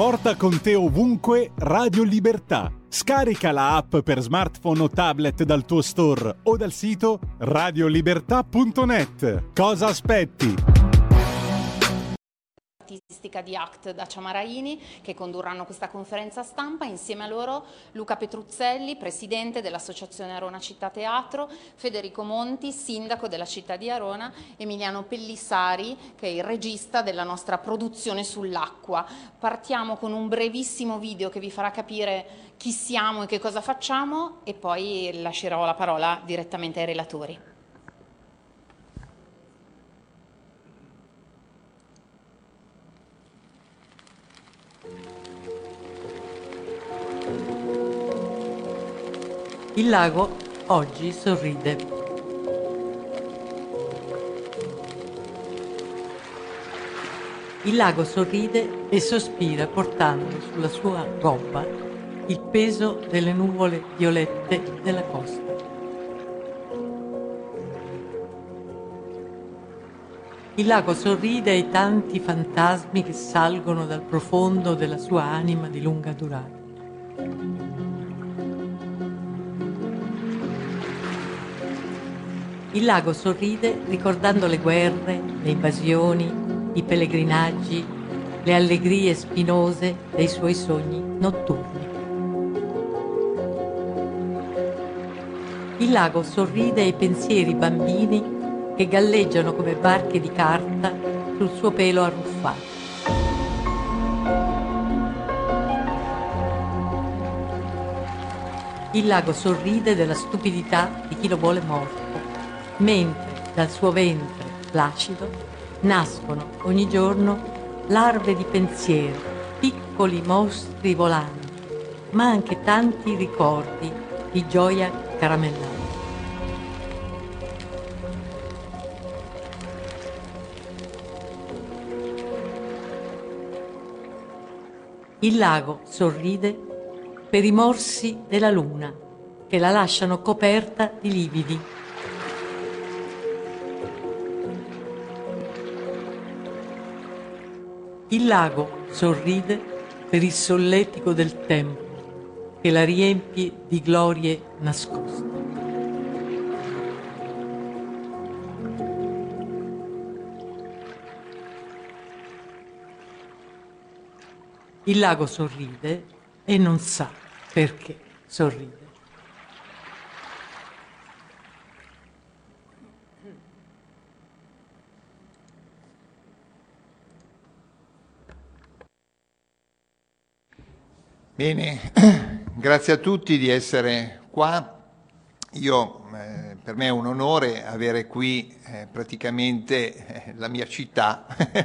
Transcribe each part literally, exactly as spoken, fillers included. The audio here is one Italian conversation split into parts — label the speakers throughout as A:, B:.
A: Porta con te ovunque Radio Libertà. Scarica la app per smartphone o tablet dal tuo store o dal sito radiolibertà punto net. Cosa aspetti?
B: Artistica di ACT da Ciamaraini, che condurranno questa conferenza stampa. Insieme a loro Luca Petruzzelli, presidente dell'Associazione Arona Città Teatro, Federico Monti, sindaco della città di Arona, Emiliano Pellissari, che è il regista della nostra produzione sull'acqua. Partiamo con un brevissimo video che vi farà capire chi siamo e che cosa facciamo e poi lascerò la parola direttamente ai relatori.
C: Il lago oggi sorride. Il lago sorride e sospira portando sulla sua gobba il peso delle nuvole violette della costa. Il lago sorride ai tanti fantasmi che salgono dal profondo della sua anima di lunga durata. Il lago sorride ricordando le guerre, le invasioni, i pellegrinaggi, le allegrie spinose dei suoi sogni notturni. Il lago sorride ai pensieri bambini che galleggiano come barche di carta sul suo pelo arruffato. Il lago sorride della stupidità di chi lo vuole morto, mentre dal suo ventre placido nascono ogni giorno larve di pensiero, piccoli mostri volanti, ma anche tanti ricordi di gioia caramellata. Il lago sorride per i morsi della luna che la lasciano coperta di lividi. Il lago sorride per il solletico del tempo che la riempie di glorie nascoste. Il lago sorride e non sa perché sorride.
D: Bene, grazie a tutti di essere qua. Io, eh, per me è un onore avere qui eh, praticamente eh, la mia città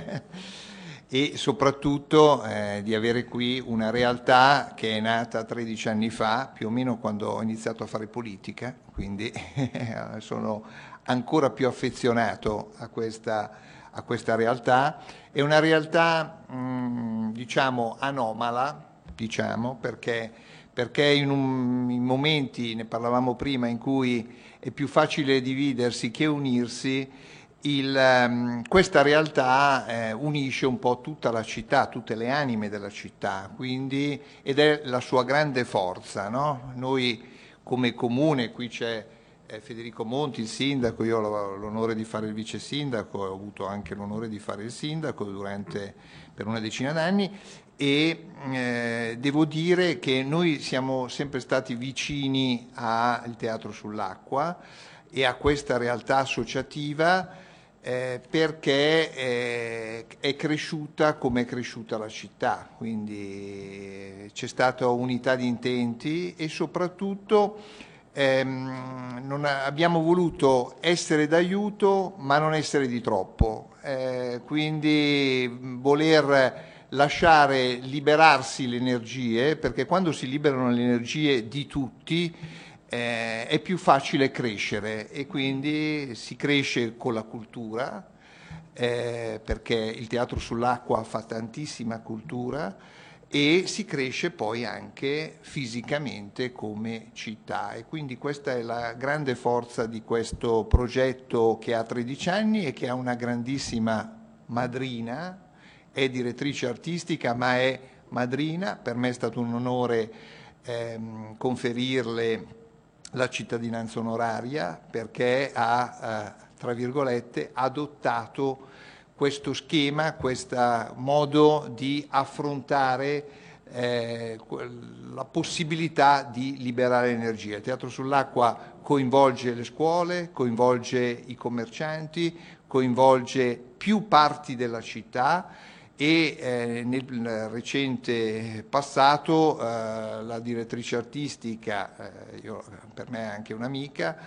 D: e soprattutto eh, di avere qui una realtà che è nata tredici anni fa, più o meno quando ho iniziato a fare politica, quindi sono ancora più affezionato a questa, a questa realtà. È una realtà, mh, diciamo, anomala, diciamo, perché, perché in, un, in momenti, ne parlavamo prima, in cui è più facile dividersi che unirsi, il, um, questa realtà eh, unisce un po' tutta la città, tutte le anime della città, quindi, ed è la sua grande forza, no? Noi come comune, qui c'è eh, Federico Monti, il sindaco, io ho l'onore di fare il vice sindaco, ho avuto anche l'onore di fare il sindaco durante, per una decina d'anni, e eh, devo dire che noi siamo sempre stati vicini al Teatro sull'Acqua e a questa realtà associativa eh, perché eh, è cresciuta come è cresciuta la città, quindi c'è stata unità di intenti e soprattutto ehm, non ha, abbiamo voluto essere d'aiuto ma non essere di troppo, eh, quindi voler lasciare liberarsi le energie, perché quando si liberano le energie di tutti eh, è più facile crescere e quindi si cresce con la cultura, eh, perché il Teatro sull'Acqua fa tantissima cultura e si cresce poi anche fisicamente come città e quindi questa è la grande forza di questo progetto che ha tredici anni e che ha una grandissima madrina. È direttrice artistica ma è madrina. Per me è stato un onore ehm, conferirle la cittadinanza onoraria, perché ha, eh, tra virgolette, adottato questo schema, questo modo di affrontare eh, la possibilità di liberare energia. Il Teatro sull'Acqua coinvolge le scuole, coinvolge i commercianti, coinvolge più parti della città e eh, nel recente passato eh, la direttrice artistica, eh, io, per me è anche un'amica,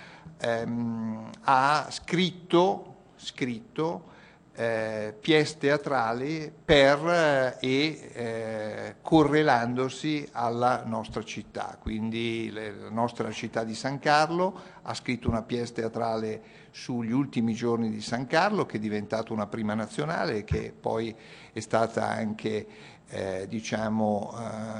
D: ehm, ha scritto, scritto Eh, pièce teatrali per eh, e eh, correlandosi alla nostra città, quindi le, la nostra città di San Carlo ha scritto una pièce teatrale sugli ultimi giorni di San Carlo, che è diventata una prima nazionale, che poi è stata anche eh, diciamo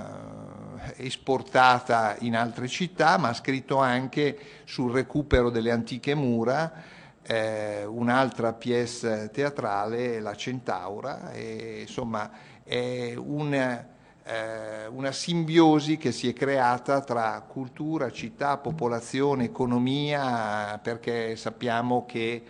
D: eh, esportata in altre città, ma ha scritto anche sul recupero delle antiche mura. Eh, un'altra pièce teatrale, La Centaura, e, insomma è una, eh, una simbiosi che si è creata tra cultura, città, popolazione, economia, perché sappiamo che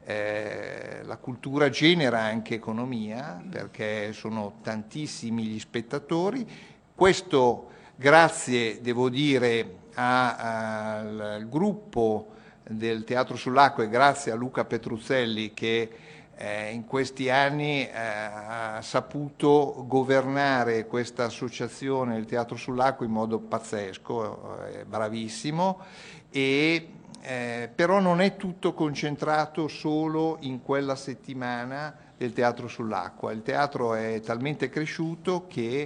D: eh, la cultura genera anche economia, perché sono tantissimi gli spettatori. Questo grazie, devo dire, a, a, al gruppo del Teatro sull'Acqua e grazie a Luca Petruzzelli, che eh, in questi anni eh, ha saputo governare questa associazione del Teatro sull'Acqua in modo pazzesco, eh, bravissimo, e eh, però non è tutto concentrato solo in quella settimana del Teatro sull'Acqua. Il teatro è talmente cresciuto che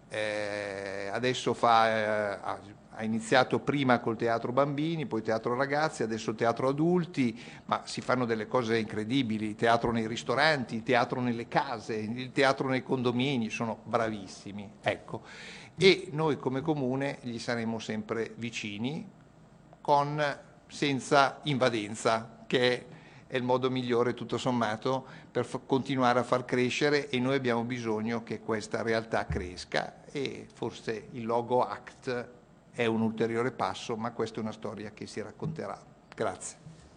D: eh, adesso fa... Eh, ha iniziato prima col teatro bambini, poi teatro ragazzi, adesso teatro adulti, ma si fanno delle cose incredibili, teatro nei ristoranti, teatro nelle case, il teatro nei condomini, sono bravissimi. Ecco. E noi come comune gli saremo sempre vicini, con, senza invadenza, che è il modo migliore tutto sommato per continuare a far crescere, e noi abbiamo bisogno che questa realtà cresca, e forse il logo ACT è un ulteriore passo, ma questa è una storia che si racconterà. Grazie.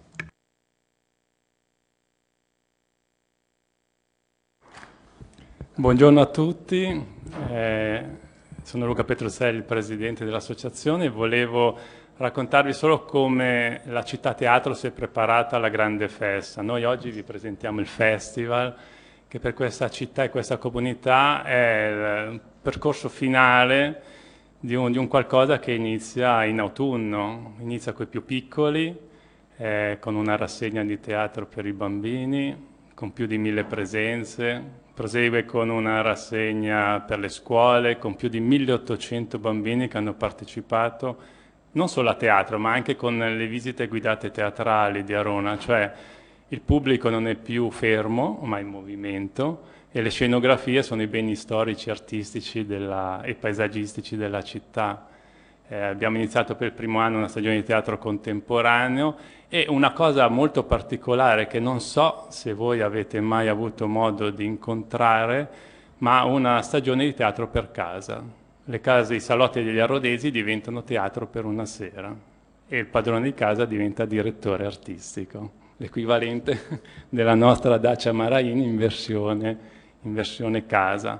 E: Buongiorno a tutti, eh, sono Luca Petruzzelli, il presidente dell'associazione, e volevo raccontarvi solo come la città teatro si è preparata alla grande festa. Noi oggi vi presentiamo il festival, che per questa città e questa comunità è il percorso finale Di un, di un qualcosa che inizia in autunno, inizia con i più piccoli, eh, con una rassegna di teatro per i bambini, con più di mille presenze, prosegue con una rassegna per le scuole, con più di milleottocento bambini che hanno partecipato, non solo a teatro, ma anche con le visite guidate teatrali di Arona, cioè il pubblico non è più fermo, ma in movimento, e le scenografie sono i beni storici, artistici della, e paesaggistici della città. Eh, abbiamo iniziato per il primo anno una stagione di teatro contemporaneo, e una cosa molto particolare che non so se voi avete mai avuto modo di incontrare, ma una stagione di teatro per casa. Le case, i salotti degli Arodesi diventano teatro per una sera e il padrone di casa diventa direttore artistico, l'equivalente della nostra Dacia Maraini in versione in versione casa.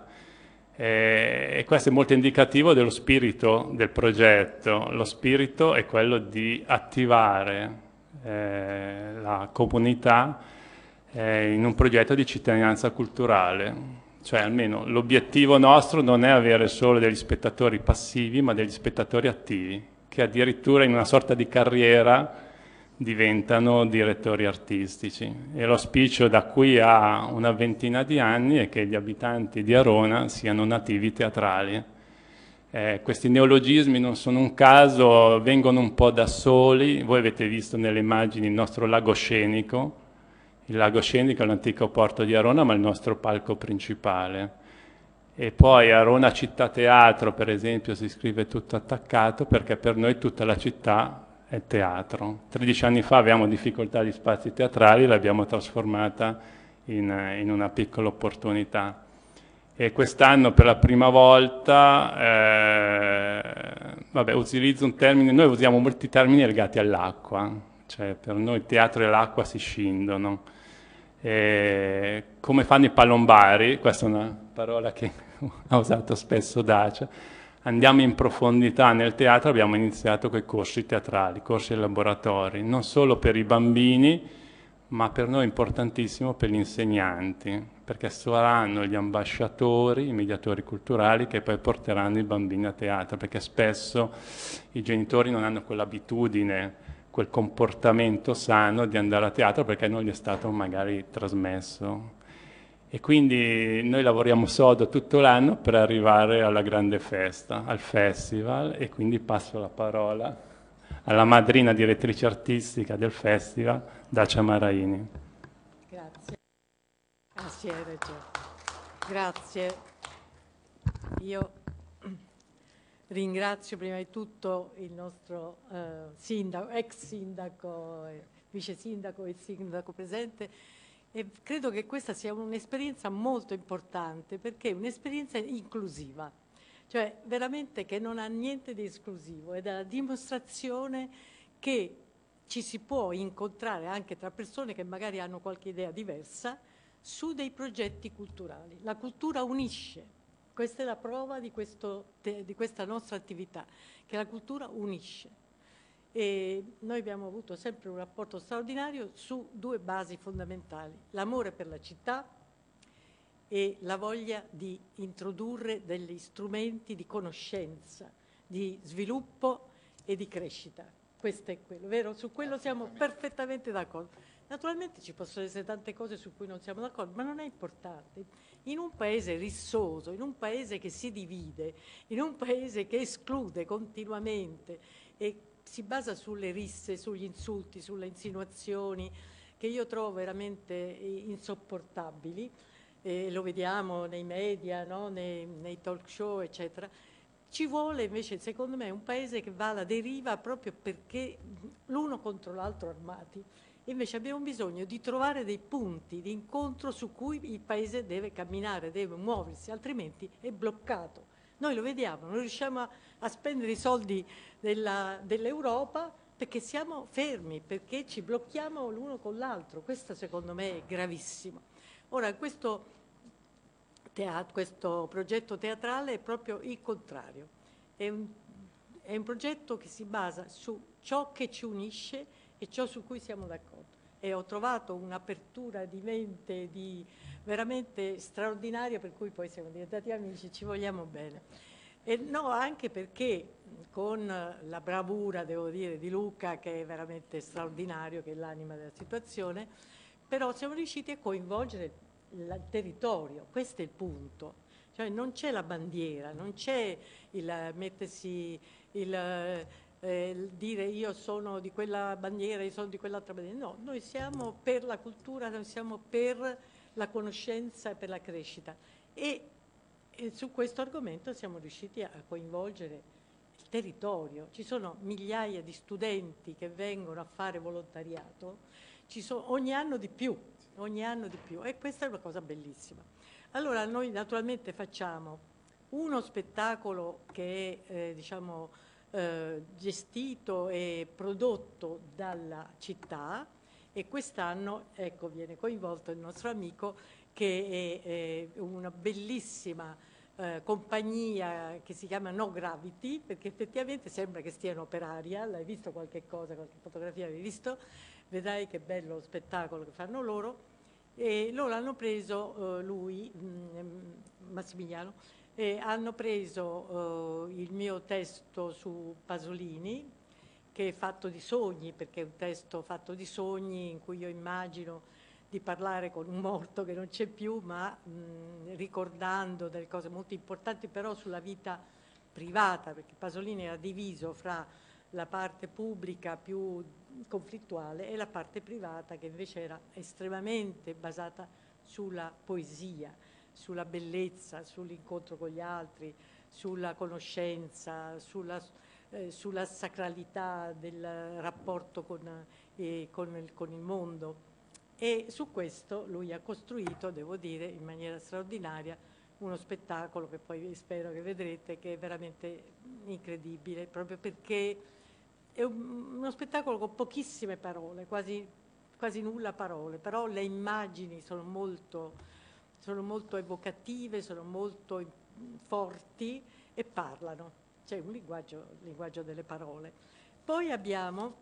E: Eh, e questo è molto indicativo dello spirito del progetto. Lo spirito è quello di attivare eh, la comunità eh, in un progetto di cittadinanza culturale. Cioè, almeno l'obiettivo nostro non è avere solo degli spettatori passivi, ma degli spettatori attivi, che addirittura in una sorta di carriera diventano direttori artistici, e l'auspicio da qui a una ventina di anni è che gli abitanti di Arona siano nativi teatrali. Eh, questi neologismi non sono un caso, vengono un po' da soli. Voi avete visto nelle immagini il nostro lago scenico. Il lago scenico è l'antico porto di Arona, ma il nostro palco principale. E poi Arona Città Teatro, per esempio, si scrive tutto attaccato, perché per noi tutta la città è teatro. tredici anni fa avevamo difficoltà di spazi teatrali, l'abbiamo trasformata in, in una piccola opportunità. E quest'anno per la prima volta, eh, vabbè, utilizzo un termine, noi usiamo molti termini legati all'acqua, cioè per noi il teatro e l'acqua si scindono. E come fanno i palombari, questa è una parola che ha usato spesso Dacia, andiamo in profondità nel teatro, abbiamo iniziato con i corsi teatrali, corsi e laboratori, non solo per i bambini, ma per noi è importantissimo per gli insegnanti, perché saranno gli ambasciatori, i mediatori culturali che poi porteranno i bambini a teatro, perché spesso i genitori non hanno quell'abitudine, quel comportamento sano di andare a teatro perché non gli è stato magari trasmesso. E quindi noi lavoriamo sodo tutto l'anno per arrivare alla grande festa, al festival, e quindi passo la parola alla madrina direttrice artistica del festival, Dacia Maraini.
C: Grazie. Grazie, hai ragione. Grazie. Io ringrazio prima di tutto il nostro eh, sindaco, ex sindaco, eh, vice sindaco e sindaco presente, e credo che questa sia un'esperienza molto importante perché è un'esperienza inclusiva, cioè veramente che non ha niente di esclusivo, ed è la dimostrazione che ci si può incontrare anche tra persone che magari hanno qualche idea diversa su dei progetti culturali. La cultura unisce, questa è la prova di, questo, di questa nostra attività, che la cultura unisce. E noi abbiamo avuto sempre un rapporto straordinario su due basi fondamentali: l'amore per la città e la voglia di introdurre degli strumenti di conoscenza, di sviluppo e di crescita. Questo è quello, vero? Su quello siamo perfettamente d'accordo. Naturalmente ci possono essere tante cose su cui non siamo d'accordo, ma non è importante. In un paese rissoso, in un paese che si divide, in un paese che esclude continuamente e si basa sulle risse, sugli insulti, sulle insinuazioni, che io trovo veramente insopportabili, eh, lo vediamo nei media, no? nei, nei talk show, eccetera. Ci vuole invece, secondo me, un paese che va alla deriva proprio perché l'uno contro l'altro armati. Invece abbiamo bisogno di trovare dei punti di incontro su cui il paese deve camminare, deve muoversi, altrimenti è bloccato. Noi lo vediamo, non riusciamo a, a spendere i soldi della, dell'Europa perché siamo fermi, perché ci blocchiamo l'uno con l'altro. Questo secondo me è gravissimo. Ora, questo Teatro, questo progetto teatrale è proprio il contrario, è un, è un progetto che si basa su ciò che ci unisce e ciò su cui siamo d'accordo, e ho trovato un'apertura di mente di veramente straordinaria, per cui poi siamo diventati amici, ci vogliamo bene. E no, anche perché con la bravura, devo dire, di Luca, che è veramente straordinario, che è l'anima della situazione, però siamo riusciti a coinvolgere il territorio, questo è il punto, cioè non c'è la bandiera, non c'è il mettersi, il, eh, il dire io sono di quella bandiera, io sono di quell'altra bandiera, no, noi siamo per la cultura, noi siamo per la conoscenza e per la crescita, e, e su questo argomento siamo riusciti a coinvolgere il territorio. Ci sono migliaia di studenti che vengono a fare volontariato, ci sono ogni anno di più, ogni anno di più, e questa è una cosa bellissima. Allora noi naturalmente facciamo uno spettacolo che è eh, diciamo, eh, gestito e prodotto dalla città, e quest'anno ecco, viene coinvolto il nostro amico che è, è una bellissima eh, compagnia che si chiama No Gravity, perché effettivamente sembra che stiano per aria. L'hai visto qualche cosa, qualche fotografia avevi visto? Vedrai che bello spettacolo che fanno loro. E loro hanno preso, eh, lui, mh, Massimiliano, eh, hanno preso eh, il mio testo su Pasolini, che è fatto di sogni, perché è un testo fatto di sogni in cui io immagino di parlare con un morto che non c'è più, ma mh, ricordando delle cose molto importanti però sulla vita privata, perché Pasolini era diviso fra la parte pubblica più conflittuale e la parte privata che invece era estremamente basata sulla poesia, sulla bellezza, sull'incontro con gli altri, sulla conoscenza, sulla, eh, sulla sacralità del rapporto con, eh, con, il, con il mondo. E su questo lui ha costruito, devo dire, in maniera straordinaria uno spettacolo che poi spero che vedrete, che è veramente incredibile, proprio perché è un, uno spettacolo con pochissime parole, quasi, quasi nulla parole, però le immagini sono molto, sono molto evocative, sono molto forti e parlano, c'è un linguaggio, linguaggio delle parole. Poi abbiamo,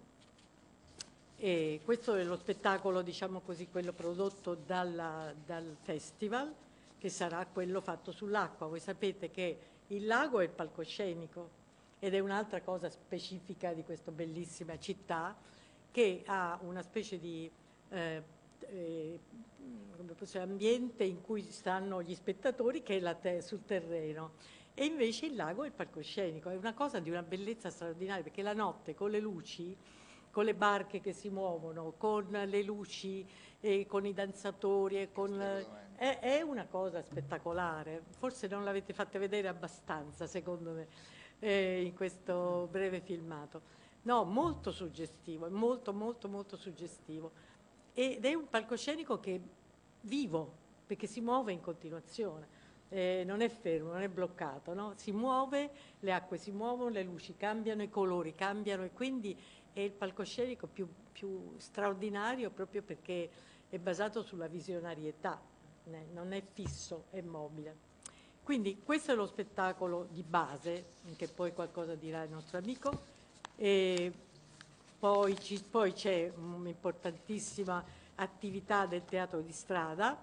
C: e questo è lo spettacolo, diciamo così, quello prodotto dalla, dal festival, che sarà quello fatto sull'acqua. Voi sapete che il lago è il palcoscenico ed è un'altra cosa specifica di questa bellissima città, che ha una specie di eh, eh, come posso dire, ambiente in cui stanno gli spettatori, che è la te- sul terreno, e invece il lago è il palcoscenico. È una cosa di una bellezza straordinaria, perché la notte con le luci, con le barche che si muovono, con le luci, e con i danzatori, e con, è, è una cosa spettacolare. Forse non l'avete fatta vedere abbastanza, secondo me, eh, in questo breve filmato. No, molto suggestivo, molto molto molto suggestivo. Ed è un palcoscenico che è vivo, perché si muove in continuazione. Eh, non è fermo, non è bloccato, no? Si muove, le acque si muovono, le luci cambiano, i colori cambiano, e quindi è il palcoscenico più, più straordinario, proprio perché è basato sulla visionarietà, né? Non è fisso, è mobile. Quindi questo è lo spettacolo di base, che poi qualcosa dirà il nostro amico. E poi, ci, poi c'è un'importantissima attività del teatro di strada,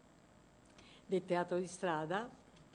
C: del teatro di strada,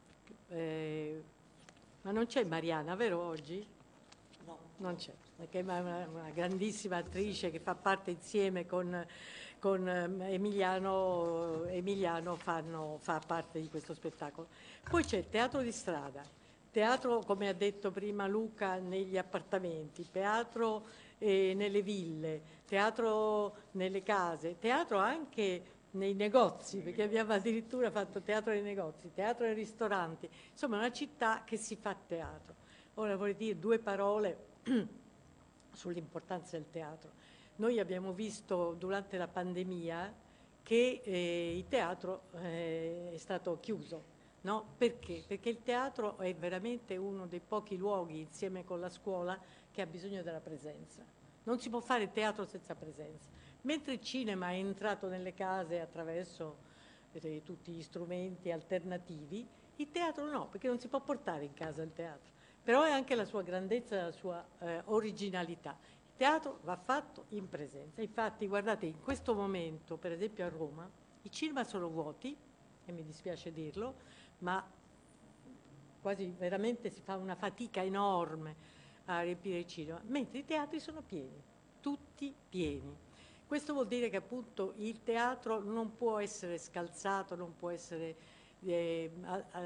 C: eh, ma non c'è Mariana, vero, oggi? No, non c'è, perché è una, una grandissima attrice che fa parte insieme con, con Emiliano, Emiliano fanno, fa parte di questo spettacolo. Poi c'è teatro di strada, teatro, come ha detto prima Luca, negli appartamenti, teatro eh, nelle ville, teatro nelle case, teatro anche nei negozi, perché abbiamo addirittura fatto teatro nei negozi, teatro nei ristoranti, insomma una città che si fa teatro. Ora vorrei dire due parole sull'importanza del teatro. Noi abbiamo visto durante la pandemia che eh, il teatro eh, è stato chiuso. No? Perché? Perché il teatro è veramente uno dei pochi luoghi, insieme con la scuola, che ha bisogno della presenza. Non si può fare teatro senza presenza. Mentre il cinema è entrato nelle case attraverso eh, tutti gli strumenti alternativi, il teatro no, perché non si può portare in casa il teatro. Però è anche la sua grandezza e la sua eh, originalità. Il teatro va fatto in presenza. Infatti, guardate, in questo momento, per esempio a Roma, i cinema sono vuoti, e mi dispiace dirlo, ma quasi veramente si fa una fatica enorme a riempire il cinema, mentre i teatri sono pieni, tutti pieni. Questo vuol dire che appunto il teatro non può essere scalzato, non può essere eh, a, a,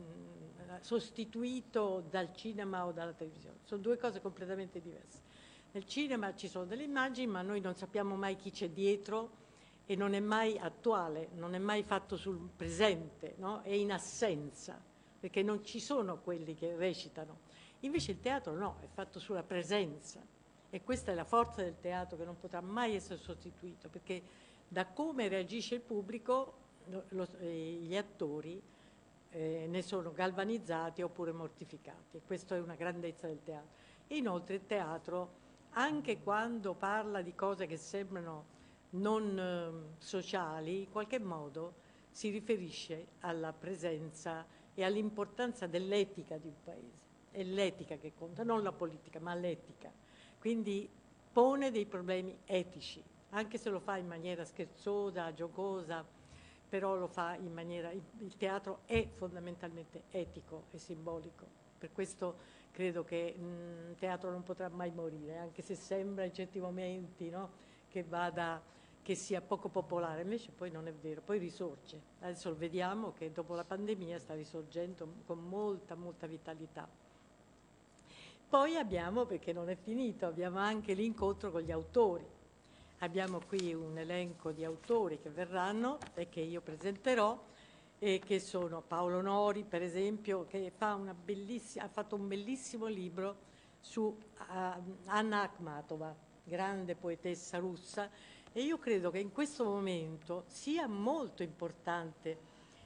C: sostituito dal cinema o dalla televisione. Sono due cose completamente diverse. Nel cinema ci sono delle immagini, ma noi non sappiamo mai chi c'è dietro, e non è mai attuale, non è mai fatto sul presente, no? È in assenza, perché non ci sono quelli che recitano. Invece il teatro no, è fatto sulla presenza, e questa è la forza del teatro, che non potrà mai essere sostituito, perché da come reagisce il pubblico lo, lo, eh, gli attori eh, ne sono galvanizzati oppure mortificati, e questa è una grandezza del teatro. E inoltre il teatro, anche quando parla di cose che sembrano non eh, sociali, in qualche modo si riferisce alla presenza e all'importanza dell'etica di un paese. È l'etica che conta, non la politica, ma l'etica. Quindi pone dei problemi etici, anche se lo fa in maniera scherzosa, giocosa, però lo fa in maniera... Il teatro è fondamentalmente etico e simbolico. Per questo credo che il teatro non potrà mai morire, anche se sembra in certi momenti, no, che vada, che sia poco popolare, invece poi non è vero, poi risorge. Adesso lo vediamo che dopo la pandemia sta risorgendo con molta, molta vitalità. Poi abbiamo, perché non è finito, abbiamo anche l'incontro con gli autori. Abbiamo qui un elenco di autori che verranno e che io presenterò, e che sono Paolo Nori, per esempio, che fa una bellissima, ha fatto un bellissimo libro su uh, Anna Akhmatova, grande poetessa russa, e io credo che in questo momento sia molto importante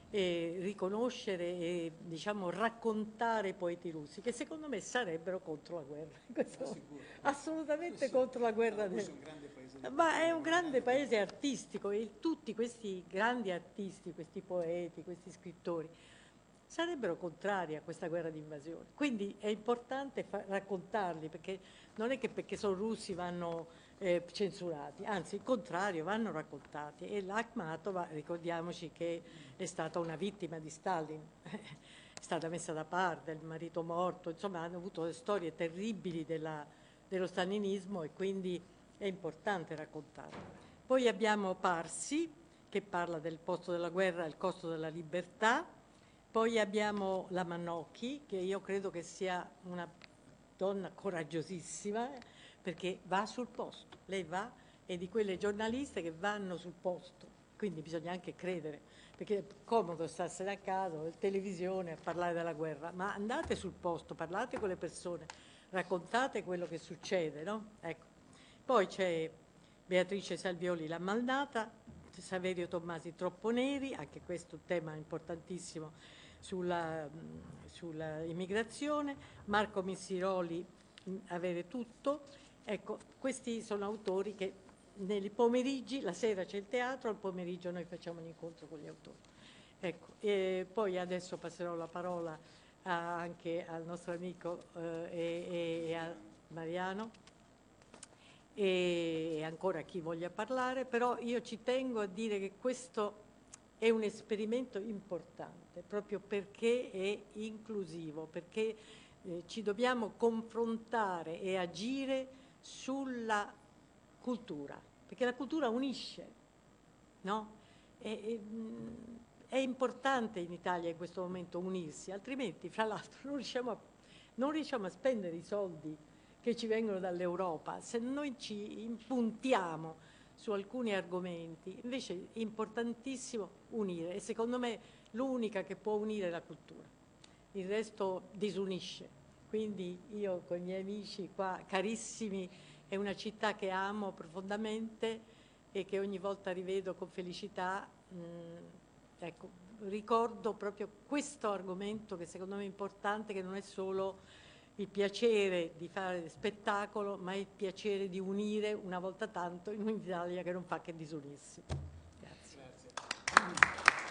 C: e riconoscere e, diciamo, raccontare i poeti russi, che secondo me sarebbero contro la guerra. Questo, assolutamente contro la guerra. Del... Ma è un grande paese artistico e tutti questi grandi artisti, questi poeti, questi scrittori, sarebbero contrari a questa guerra di invasione. Quindi è importante raccontarli, perché non è che perché sono russi vanno eh, censurati, anzi il contrario, vanno raccontati. E l'Akhmatova, ricordiamoci che è stata una vittima di Stalin, è stata messa da parte, il marito morto, insomma hanno avuto le storie terribili della, dello stalinismo e quindi è importante raccontarlo. Poi abbiamo Parsi, che parla del posto della guerra e il costo della libertà. Poi abbiamo la Mannocchi, che io credo che sia una donna coraggiosissima, perché va sul posto. Lei va, è di quelle giornaliste che vanno sul posto, quindi bisogna anche credere, perché è comodo starsene a casa, o in televisione, a parlare della guerra, ma andate sul posto, parlate con le persone, raccontate quello che succede, no? Ecco. Poi c'è Beatrice Salvioli, La Malnata, Saverio Tommasi, Troppo Neri, anche questo è un tema importantissimo sulla, sulla immigrazione, Marco Missiroli, Avere tutto. Ecco, questi sono autori che nei pomeriggi, la sera c'è il teatro, al pomeriggio noi facciamo un incontro con gli autori. Ecco, e poi adesso passerò la parola a, anche al nostro amico eh, e, e a Mariano e ancora a chi voglia parlare, però io ci tengo a dire che questo è un esperimento importante, proprio perché è inclusivo, perché eh, ci dobbiamo confrontare e agire sulla cultura, perché la cultura unisce, no? E, e, è importante in Italia in questo momento unirsi, altrimenti, fra l'altro, non riusciamo a, non riusciamo a spendere i soldi che ci vengono dall'Europa, se noi ci impuntiamo su alcuni argomenti. Invece è importantissimo unire e secondo me l'unica che può unire è la cultura, il resto disunisce. Quindi io con i miei amici qua, carissimi, è una città che amo profondamente e che ogni volta rivedo con felicità. Mh, ecco, ricordo proprio questo argomento che secondo me è importante, che non è solo il piacere di fare spettacolo, ma il piacere di unire una volta tanto in un'Italia che non fa che disunirsi. Grazie. Grazie.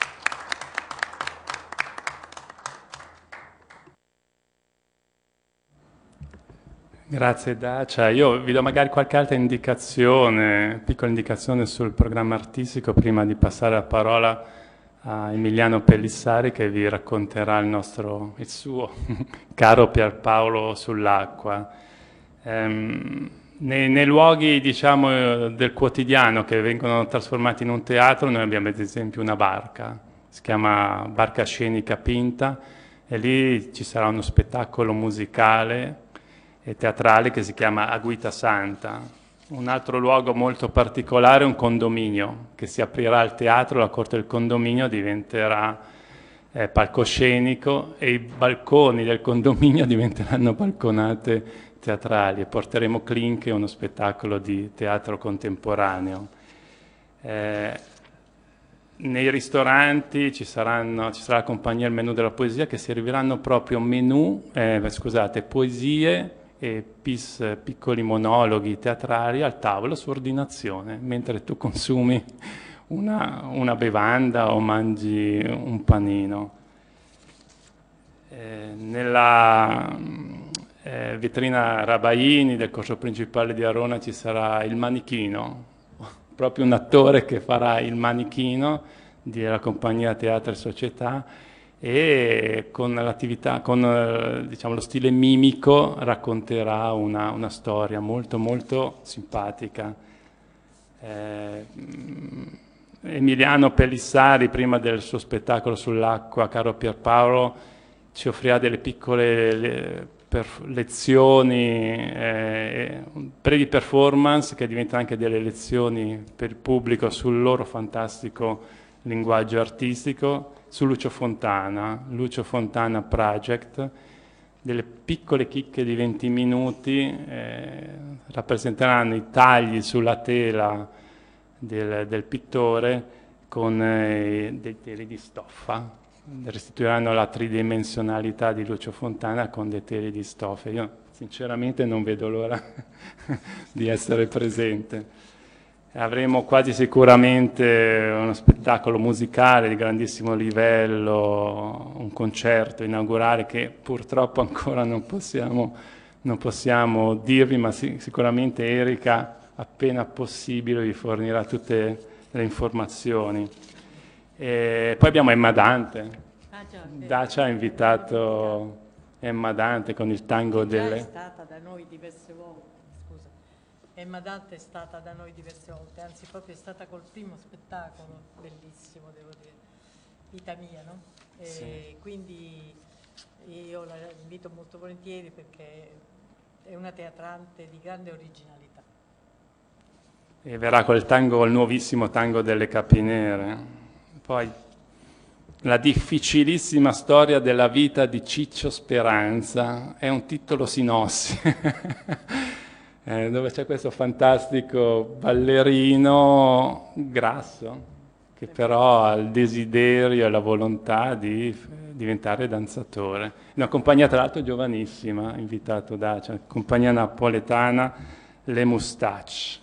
E: Grazie Dacia. Io vi do magari qualche altra indicazione, piccola indicazione sul programma artistico prima di passare la parola a Emiliano Pellissari che vi racconterà il, nostro, il suo caro Pierpaolo sull'acqua. Ehm, nei, nei luoghi, diciamo, del quotidiano che vengono trasformati in un teatro, noi abbiamo ad esempio una barca, si chiama Barca Scenica Pinta, e lì ci sarà uno spettacolo musicale e teatrale che si chiama Aguita Santa. Un altro luogo molto particolare è un condominio che si aprirà al teatro, la corte del condominio diventerà eh, palcoscenico e i balconi del condominio diventeranno balconate teatrali e porteremo Clink, uno spettacolo di teatro contemporaneo. Eh, nei ristoranti ci, saranno, ci sarà la compagnia Il Menù della Poesia, che serviranno proprio menù, eh, scusate, poesie e pis, piccoli monologhi teatrali al tavolo su ordinazione, mentre tu consumi una, una bevanda o mangi un panino. Eh, nella eh, vetrina Rabaini del corso principale di Arona ci sarà il manichino, proprio un attore che farà il manichino della compagnia Teatro e Società, e con l'attività, con diciamo, lo stile mimico racconterà una, una storia molto molto simpatica. Eh, Emiliano Pellissari, prima del suo spettacolo sull'acqua, caro Pierpaolo, ci offrirà delle piccole le, per, lezioni, eh, brevi performance che diventano anche delle lezioni per il pubblico sul loro fantastico linguaggio artistico, su Lucio Fontana, Lucio Fontana Project, delle piccole chicche di venti minuti, eh, rappresenteranno i tagli sulla tela del, del pittore con eh, dei teli di stoffa. Restituiranno la tridimensionalità di Lucio Fontana con dei teli di stoffa. Io sinceramente non vedo l'ora di essere presente. Avremo quasi sicuramente uno spettacolo musicale di grandissimo livello, un concerto inaugurale che purtroppo ancora non possiamo, non possiamo dirvi, ma sì, sicuramente Erika appena possibile vi fornirà tutte le informazioni. E poi abbiamo Emma Dante.
C: Ah, già,
E: Dacia ha invitato Emma Dante con il tango delle...
C: È stata da noi diverse volte, scusa. Emma Dante è stata da noi diverse volte, anzi proprio è stata col primo spettacolo, bellissimo devo dire, Vita mia, no? E sì. Quindi io la invito molto volentieri perché è una teatrante di grande originalità.
E: E verrà col tango, il nuovissimo tango delle Capinere. Poi la difficilissima storia della vita di Ciccio Speranza, è un titolo sinossi, eh, dove c'è questo fantastico ballerino grasso, che però ha il desiderio e la volontà di diventare danzatore. Una compagnia tra l'altro giovanissima, invitato da, cioè, compagnia napoletana, Le Moustache.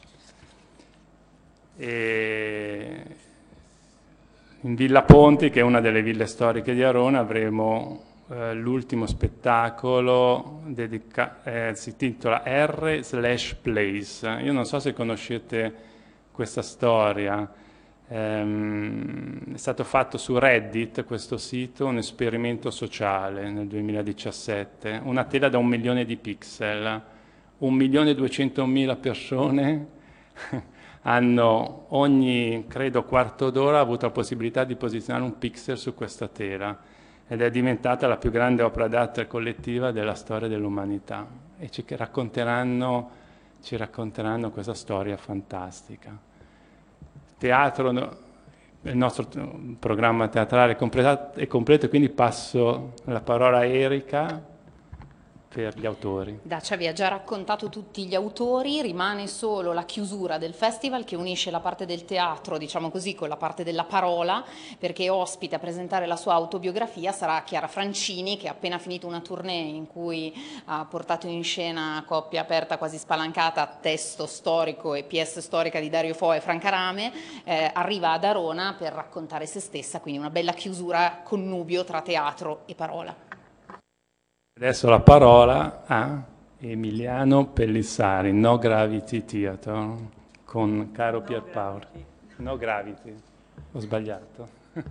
E: E in Villa Ponti, che è una delle ville storiche di Arona, avremo eh, l'ultimo spettacolo, dedica- eh, si intitola R slash Place. Io non so se conoscete questa storia, ehm, è stato fatto su Reddit, questo sito, un esperimento sociale nel duemiladiciassette, una tela da un milione di pixel, un milione e duecentomila persone hanno ogni, credo, quarto d'ora avuto la possibilità di posizionare un pixel su questa tela ed è diventata la più grande opera d'arte collettiva della storia dell'umanità e ci racconteranno, ci racconteranno questa storia fantastica. Teatro, il nostro programma teatrale è completo e quindi passo la parola a Erika per gli autori.
B: Dacia vi ha già raccontato tutti gli autori, rimane solo la chiusura del festival che unisce la parte del teatro, diciamo così, con la parte della parola, perché ospite a presentare la sua autobiografia sarà Chiara Francini, che ha appena finito una tournée in cui ha portato in scena Coppia aperta quasi spalancata, testo storico e pièce storica di Dario Fo e Franca Rame, eh, arriva ad Arona per raccontare se stessa, quindi una bella chiusura connubio tra teatro e parola.
E: Adesso la parola a Emiliano Pellissari, No Gravity Theatre, con caro no Pierpaolo. Gravity. No Gravity, ho sbagliato.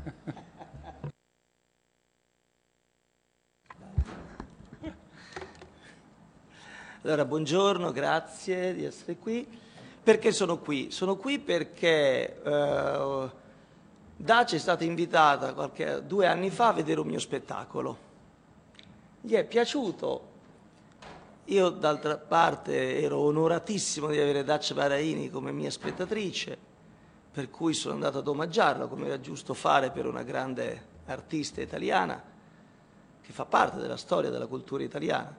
F: Allora, buongiorno, grazie di essere qui. Perché sono qui? Sono qui perché eh, Dacia è stata invitata qualche, due anni fa a vedere un mio spettacolo. Gli è piaciuto, io d'altra parte ero onoratissimo di avere Dacia Maraini come mia spettatrice, per cui sono andato ad omaggiarla come era giusto fare per una grande artista italiana che fa parte della storia della cultura italiana.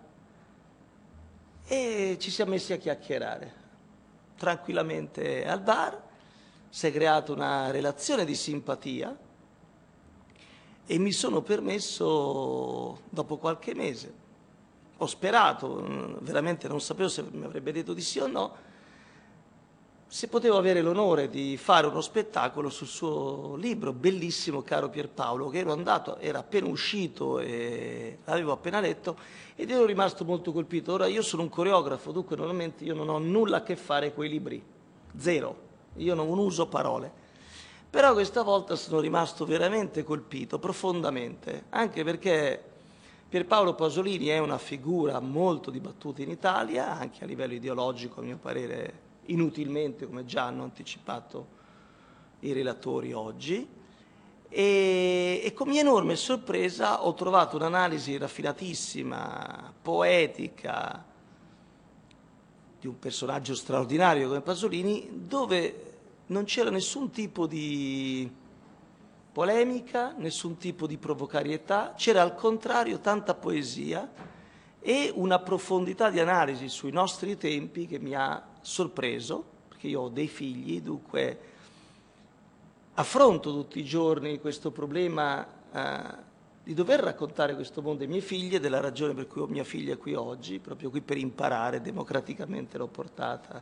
F: E ci siamo messi a chiacchierare tranquillamente al bar, si è creata una relazione di simpatia e mi sono permesso, dopo qualche mese, ho sperato, veramente non sapevo se mi avrebbe detto di sì o no, se potevo avere l'onore di fare uno spettacolo sul suo libro bellissimo, caro Pierpaolo, che ero andato, era appena uscito e l'avevo appena letto ed ero rimasto molto colpito. Ora io sono un coreografo, dunque normalmente io non ho nulla a che fare con i libri, zero, io non uso parole. Però questa volta sono rimasto veramente colpito, profondamente, anche perché Pierpaolo Pasolini è una figura molto dibattuta in Italia, anche a livello ideologico, a mio parere inutilmente, come già hanno anticipato i relatori oggi, e, e con mia enorme sorpresa ho trovato un'analisi raffinatissima, poetica, di un personaggio straordinario come Pasolini, dove non c'era nessun tipo di polemica, nessun tipo di provocarietà, c'era al contrario tanta poesia e una profondità di analisi sui nostri tempi che mi ha sorpreso, perché io ho dei figli, dunque affronto tutti i giorni questo problema eh, di dover raccontare questo mondo ai miei figli, ed è la ragione per cui ho mia figlia qui oggi, proprio qui per imparare, democraticamente l'ho portata.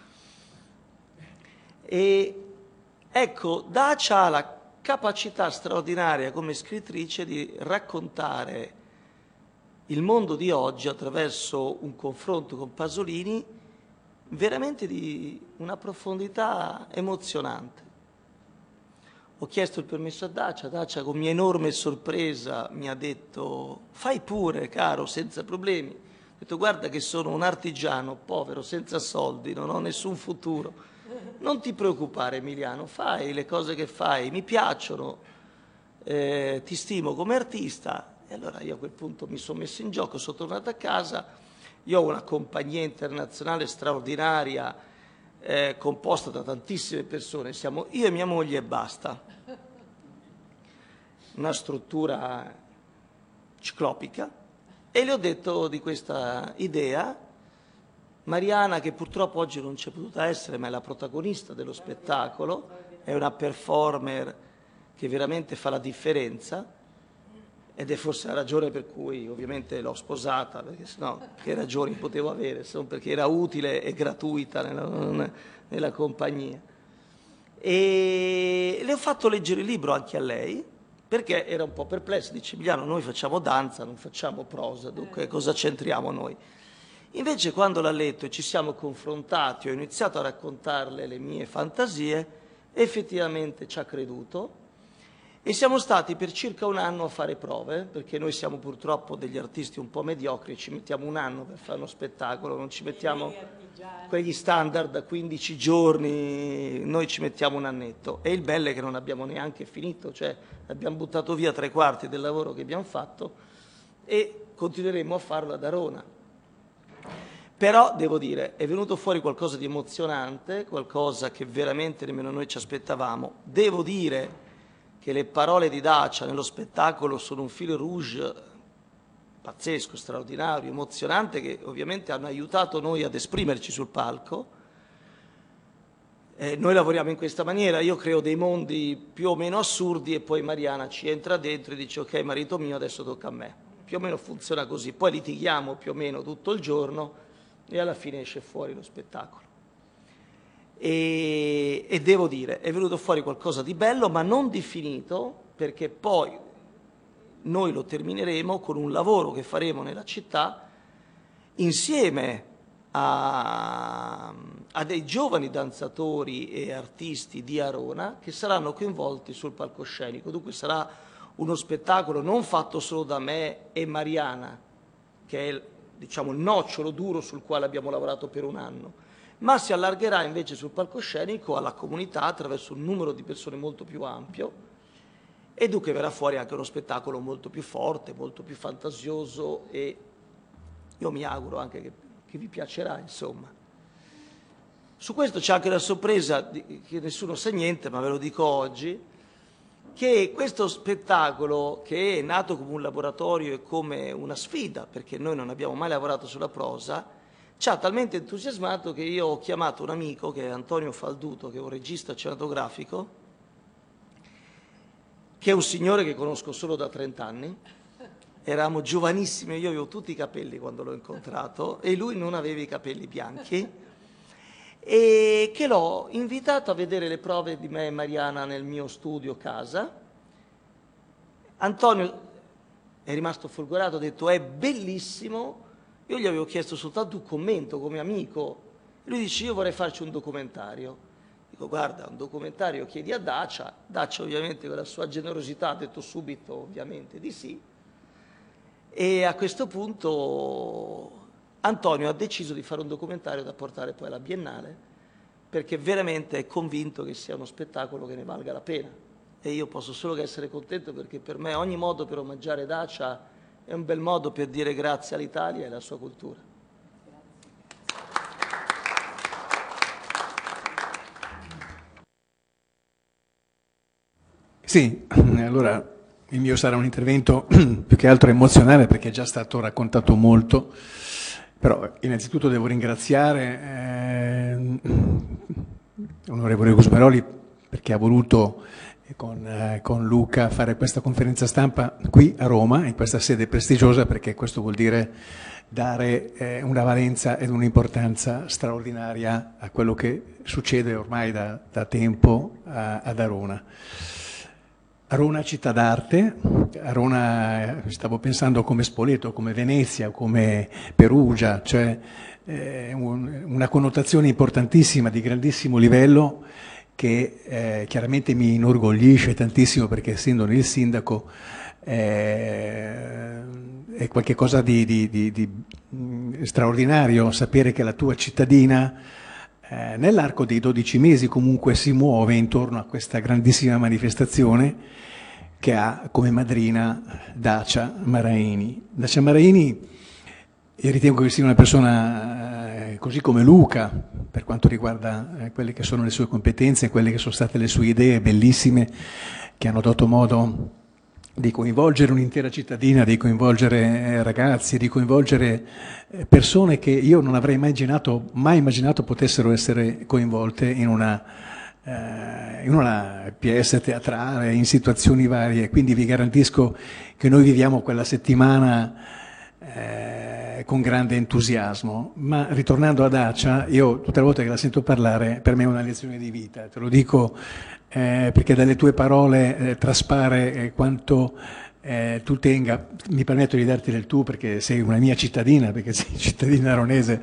F: E ecco, Dacia ha la capacità straordinaria come scrittrice di raccontare il mondo di oggi attraverso un confronto con Pasolini veramente di una profondità emozionante. Ho chiesto il permesso a Dacia, Dacia con mia enorme sorpresa mi ha detto fai pure caro, senza problemi. Ho detto guarda che sono un artigiano povero, senza soldi, non ho nessun futuro. Non ti preoccupare Emiliano, fai le cose che fai, mi piacciono, eh, ti stimo come artista. E allora io a quel punto mi sono messo in gioco, sono tornato a casa, io ho una compagnia internazionale straordinaria, eh, composta da tantissime persone, siamo io e mia moglie e basta. Una struttura ciclopica, e le ho detto di questa idea. Mariana, che purtroppo oggi non c'è potuta essere, ma è la protagonista dello spettacolo, è una performer che veramente fa la differenza, ed è forse la ragione per cui ovviamente l'ho sposata, perché sennò che ragioni potevo avere, se non perché era utile e gratuita nella, nella compagnia. E le ho fatto leggere il libro anche a lei, perché era un po' perplessa, dice Emiliano, noi facciamo danza, non facciamo prosa, dunque cosa c'entriamo noi? Invece quando l'ha letto e ci siamo confrontati, ho iniziato a raccontarle le mie fantasie, effettivamente ci ha creduto, e siamo stati per circa un anno a fare prove, perché noi siamo purtroppo degli artisti un po' mediocri, ci mettiamo un anno per fare uno spettacolo, non ci mettiamo quegli standard da quindici giorni, noi ci mettiamo un annetto, e il bello è che non abbiamo neanche finito, cioè abbiamo buttato via tre quarti del lavoro che abbiamo fatto e continueremo a farlo ad Arona. Però, devo dire, è venuto fuori qualcosa di emozionante, qualcosa che veramente nemmeno noi ci aspettavamo. Devo dire che le parole di Dacia nello spettacolo sono un fil rouge pazzesco, straordinario, emozionante, che ovviamente hanno aiutato noi ad esprimerci sul palco. Eh, noi lavoriamo in questa maniera, io creo dei mondi più o meno assurdi e poi Mariana ci entra dentro e dice ok marito mio adesso tocca a me. Più o meno funziona così, poi litighiamo più o meno tutto il giorno e alla fine esce fuori lo spettacolo. E, e devo dire, è venuto fuori qualcosa di bello, ma non di finito, perché poi noi lo termineremo con un lavoro che faremo nella città insieme a, a dei giovani danzatori e artisti di Arona che saranno coinvolti sul palcoscenico. Dunque sarà uno spettacolo non fatto solo da me e Mariana, che è diciamo il nocciolo duro sul quale abbiamo lavorato per un anno, ma si allargherà invece sul palcoscenico alla comunità attraverso un numero di persone molto più ampio, e dunque verrà fuori anche uno spettacolo molto più forte, molto più fantasioso, e io mi auguro anche che, che vi piacerà, insomma. Su questo c'è anche la sorpresa di, che nessuno sa niente, ma ve lo dico oggi, che questo spettacolo, che è nato come un laboratorio e come una sfida, perché noi non abbiamo mai lavorato sulla prosa, ci ha talmente entusiasmato che io ho chiamato un amico, che è Antonio Falduto, che è un regista cinematografico, che è un signore che conosco solo da trent'anni, eravamo giovanissimi, io avevo tutti i capelli quando l'ho incontrato e lui non aveva i capelli bianchi, e che l'ho invitato a vedere le prove di me e Mariana nel mio studio casa. Antonio è rimasto folgorato, ha detto è bellissimo. Io gli avevo chiesto soltanto un commento come amico, e lui dice io vorrei farci un documentario. Dico guarda, un documentario chiedi a Dacia. Dacia ovviamente con la sua generosità ha detto subito ovviamente di sì, e a questo punto Antonio ha deciso di fare un documentario da portare poi alla Biennale, perché veramente è convinto che sia uno spettacolo che ne valga la pena, e io posso solo che essere contento, perché per me ogni modo per omaggiare Dacia è un bel modo per dire grazie all'Italia e alla sua cultura.
G: Sì, allora il mio sarà un intervento più che altro emozionale, perché è già stato raccontato molto. Però innanzitutto devo ringraziare eh, l'onorevole Gusmeroli perché ha voluto con, eh, con Luca fare questa conferenza stampa qui a Roma, in questa sede prestigiosa, perché questo vuol dire dare eh, una valenza ed un'importanza straordinaria a quello che succede ormai da, da tempo a, ad Arona. Arona città d'arte, Arona stavo pensando come Spoleto, come Venezia, come Perugia, cioè eh, un, una connotazione importantissima di grandissimo livello che eh, chiaramente mi inorgoglisce tantissimo, perché essendone il sindaco eh, è qualcosa di, di, di, di straordinario sapere che la tua cittadina eh, nell'arco dei dodici mesi comunque si muove intorno a questa grandissima manifestazione che ha come madrina Dacia Maraini. Dacia Maraini, io ritengo che sia una persona eh, così come Luca, per quanto riguarda eh, quelle che sono le sue competenze, quelle che sono state le sue idee bellissime, che hanno dato modo di coinvolgere un'intera cittadina, di coinvolgere eh, ragazzi, di coinvolgere eh, persone che io non avrei mai immaginato, mai immaginato potessero essere coinvolte in una in una P S teatrale, in situazioni varie. Quindi vi garantisco che noi viviamo quella settimana eh, con grande entusiasmo. Ma ritornando a Dacia, io tutte le volte che la sento parlare, per me è una lezione di vita, te lo dico eh, perché dalle tue parole eh, traspare eh, quanto eh, tu tenga. Mi permetto di darti del tu perché sei una mia cittadina, perché sei cittadina aronese.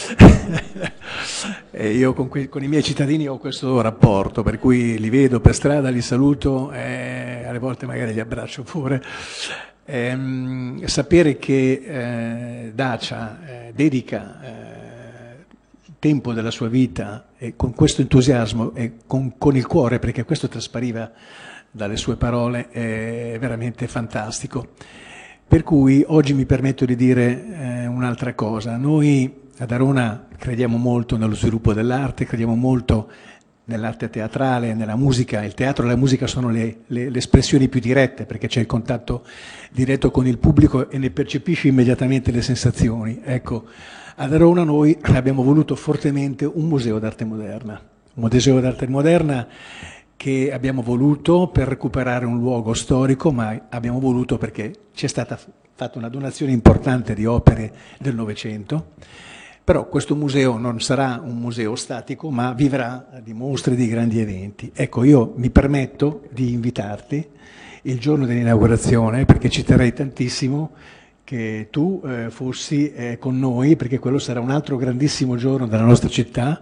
G: E io con, que- con i miei cittadini ho questo rapporto, per cui li vedo per strada, li saluto e alle volte magari li abbraccio pure. Ehm, sapere che eh, Dacia eh, dedica eh, tempo della sua vita e con questo entusiasmo e con, con il cuore, perché questo traspariva dalle sue parole, è veramente fantastico. Per cui oggi mi permetto di dire eh, un'altra cosa. Noi ad Arona crediamo molto nello sviluppo dell'arte, crediamo molto nell'arte teatrale, nella musica. Il teatro e la musica sono le, le, le espressioni più dirette, perché c'è il contatto diretto con il pubblico e ne percepisci immediatamente le sensazioni. Ecco, ad Arona noi abbiamo voluto fortemente un museo d'arte moderna, un museo d'arte moderna che abbiamo voluto per recuperare un luogo storico, ma abbiamo voluto perché c'è stata fatta una donazione importante di opere del Novecento. Però questo museo non sarà un museo statico, ma vivrà di mostre, di grandi eventi. Ecco, io mi permetto di invitarti il giorno dell'inaugurazione, perché ci terrei tantissimo che tu eh, fossi eh, con noi, perché quello sarà un altro grandissimo giorno della nostra città,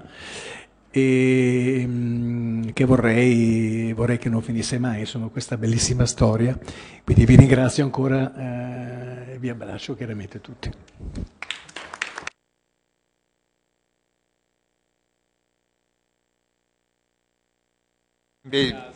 G: e mh, che vorrei, vorrei che non finisse mai, insomma, questa bellissima storia. Quindi vi ringrazio ancora e eh, vi abbraccio chiaramente tutti.
D: Beh,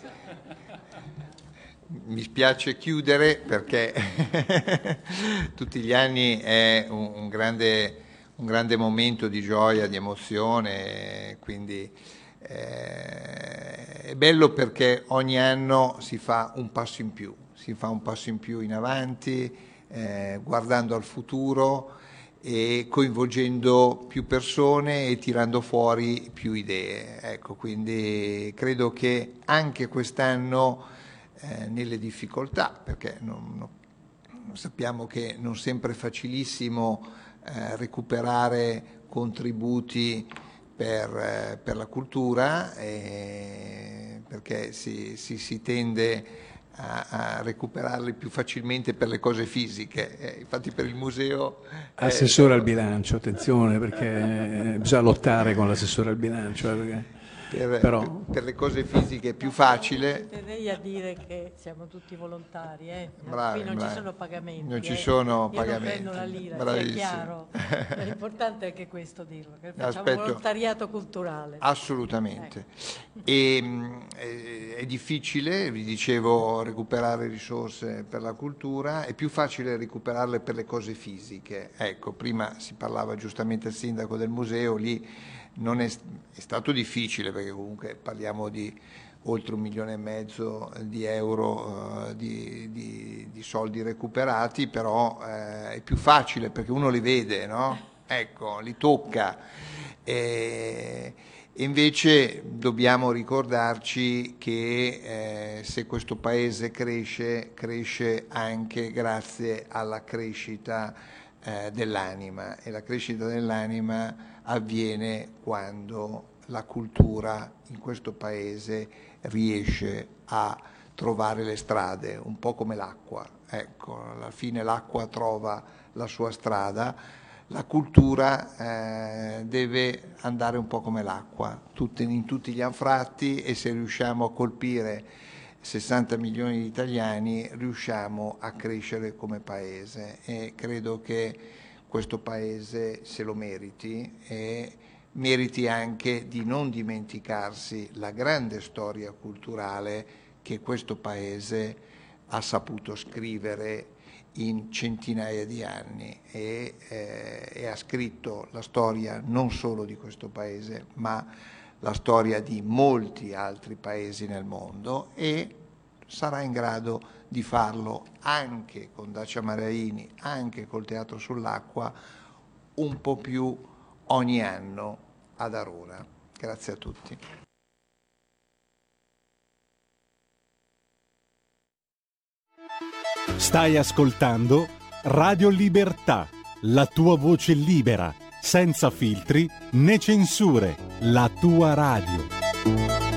D: mi spiace chiudere perché tutti gli anni è un, un, grande, un grande momento di gioia, di emozione, quindi eh, è bello perché ogni anno si fa un passo in più, si fa un passo in più in avanti, eh, guardando al futuro e coinvolgendo più persone e tirando fuori più idee. Ecco, quindi credo che anche quest'anno eh, nelle difficoltà, perché non, non, sappiamo che non sempre è facilissimo eh, recuperare contributi per, eh, per la cultura, eh, perché si, si, si tende a recuperarli più facilmente per le cose fisiche, eh, infatti per il museo... Eh,
G: Assessore al bilancio, attenzione, perché bisogna lottare con l'assessore al bilancio. Eh, perché...
D: Per,
G: Però...
D: per, per le cose fisiche è più facile.
C: Terrei a dire che siamo tutti volontari, eh?
D: Bravi,
C: qui non
D: bravi.
C: ci sono pagamenti.
D: Non ci
C: eh?
D: sono
C: Io
D: pagamenti.
C: non prendo la lira,
D: Bravissimo.
C: è chiaro. L'importante è anche questo dirlo, che facciamo
D: Aspetto...
C: volontariato culturale.
D: Assolutamente.
C: Ecco.
D: E, mh, è, è difficile, vi dicevo, recuperare risorse per la cultura, è più facile recuperarle per le cose fisiche. Ecco, prima si parlava giustamente il sindaco del museo, lì non è, è stato difficile perché comunque parliamo di oltre un milione e mezzo di euro uh, di, di, di soldi recuperati, però uh, è più facile perché uno li vede, no? Ecco, li tocca e, E invece dobbiamo ricordarci che eh, se questo paese cresce, cresce anche grazie alla crescita eh, dell'anima, e la crescita dell'anima avviene quando la cultura in questo paese riesce a trovare le strade, un po' come l'acqua. Ecco, alla fine l'acqua trova la sua strada. La cultura eh, deve andare un po' come l'acqua, tutti, in tutti gli anfratti, e se riusciamo a colpire sessanta milioni di italiani riusciamo a crescere come paese, e credo che questo paese se lo meriti, e meriti anche di non dimenticarsi la grande storia culturale che questo paese ha saputo scrivere in centinaia di anni, e, eh, e ha scritto la storia non solo di questo paese, ma la storia di molti altri paesi nel mondo, e sarà in grado di farlo anche con Dacia Maraini, anche col Teatro sull'Acqua, un po' più ogni anno ad Arona. Grazie a tutti.
A: Stai ascoltando Radio Libertà, la tua voce libera, senza filtri né censure, la tua radio.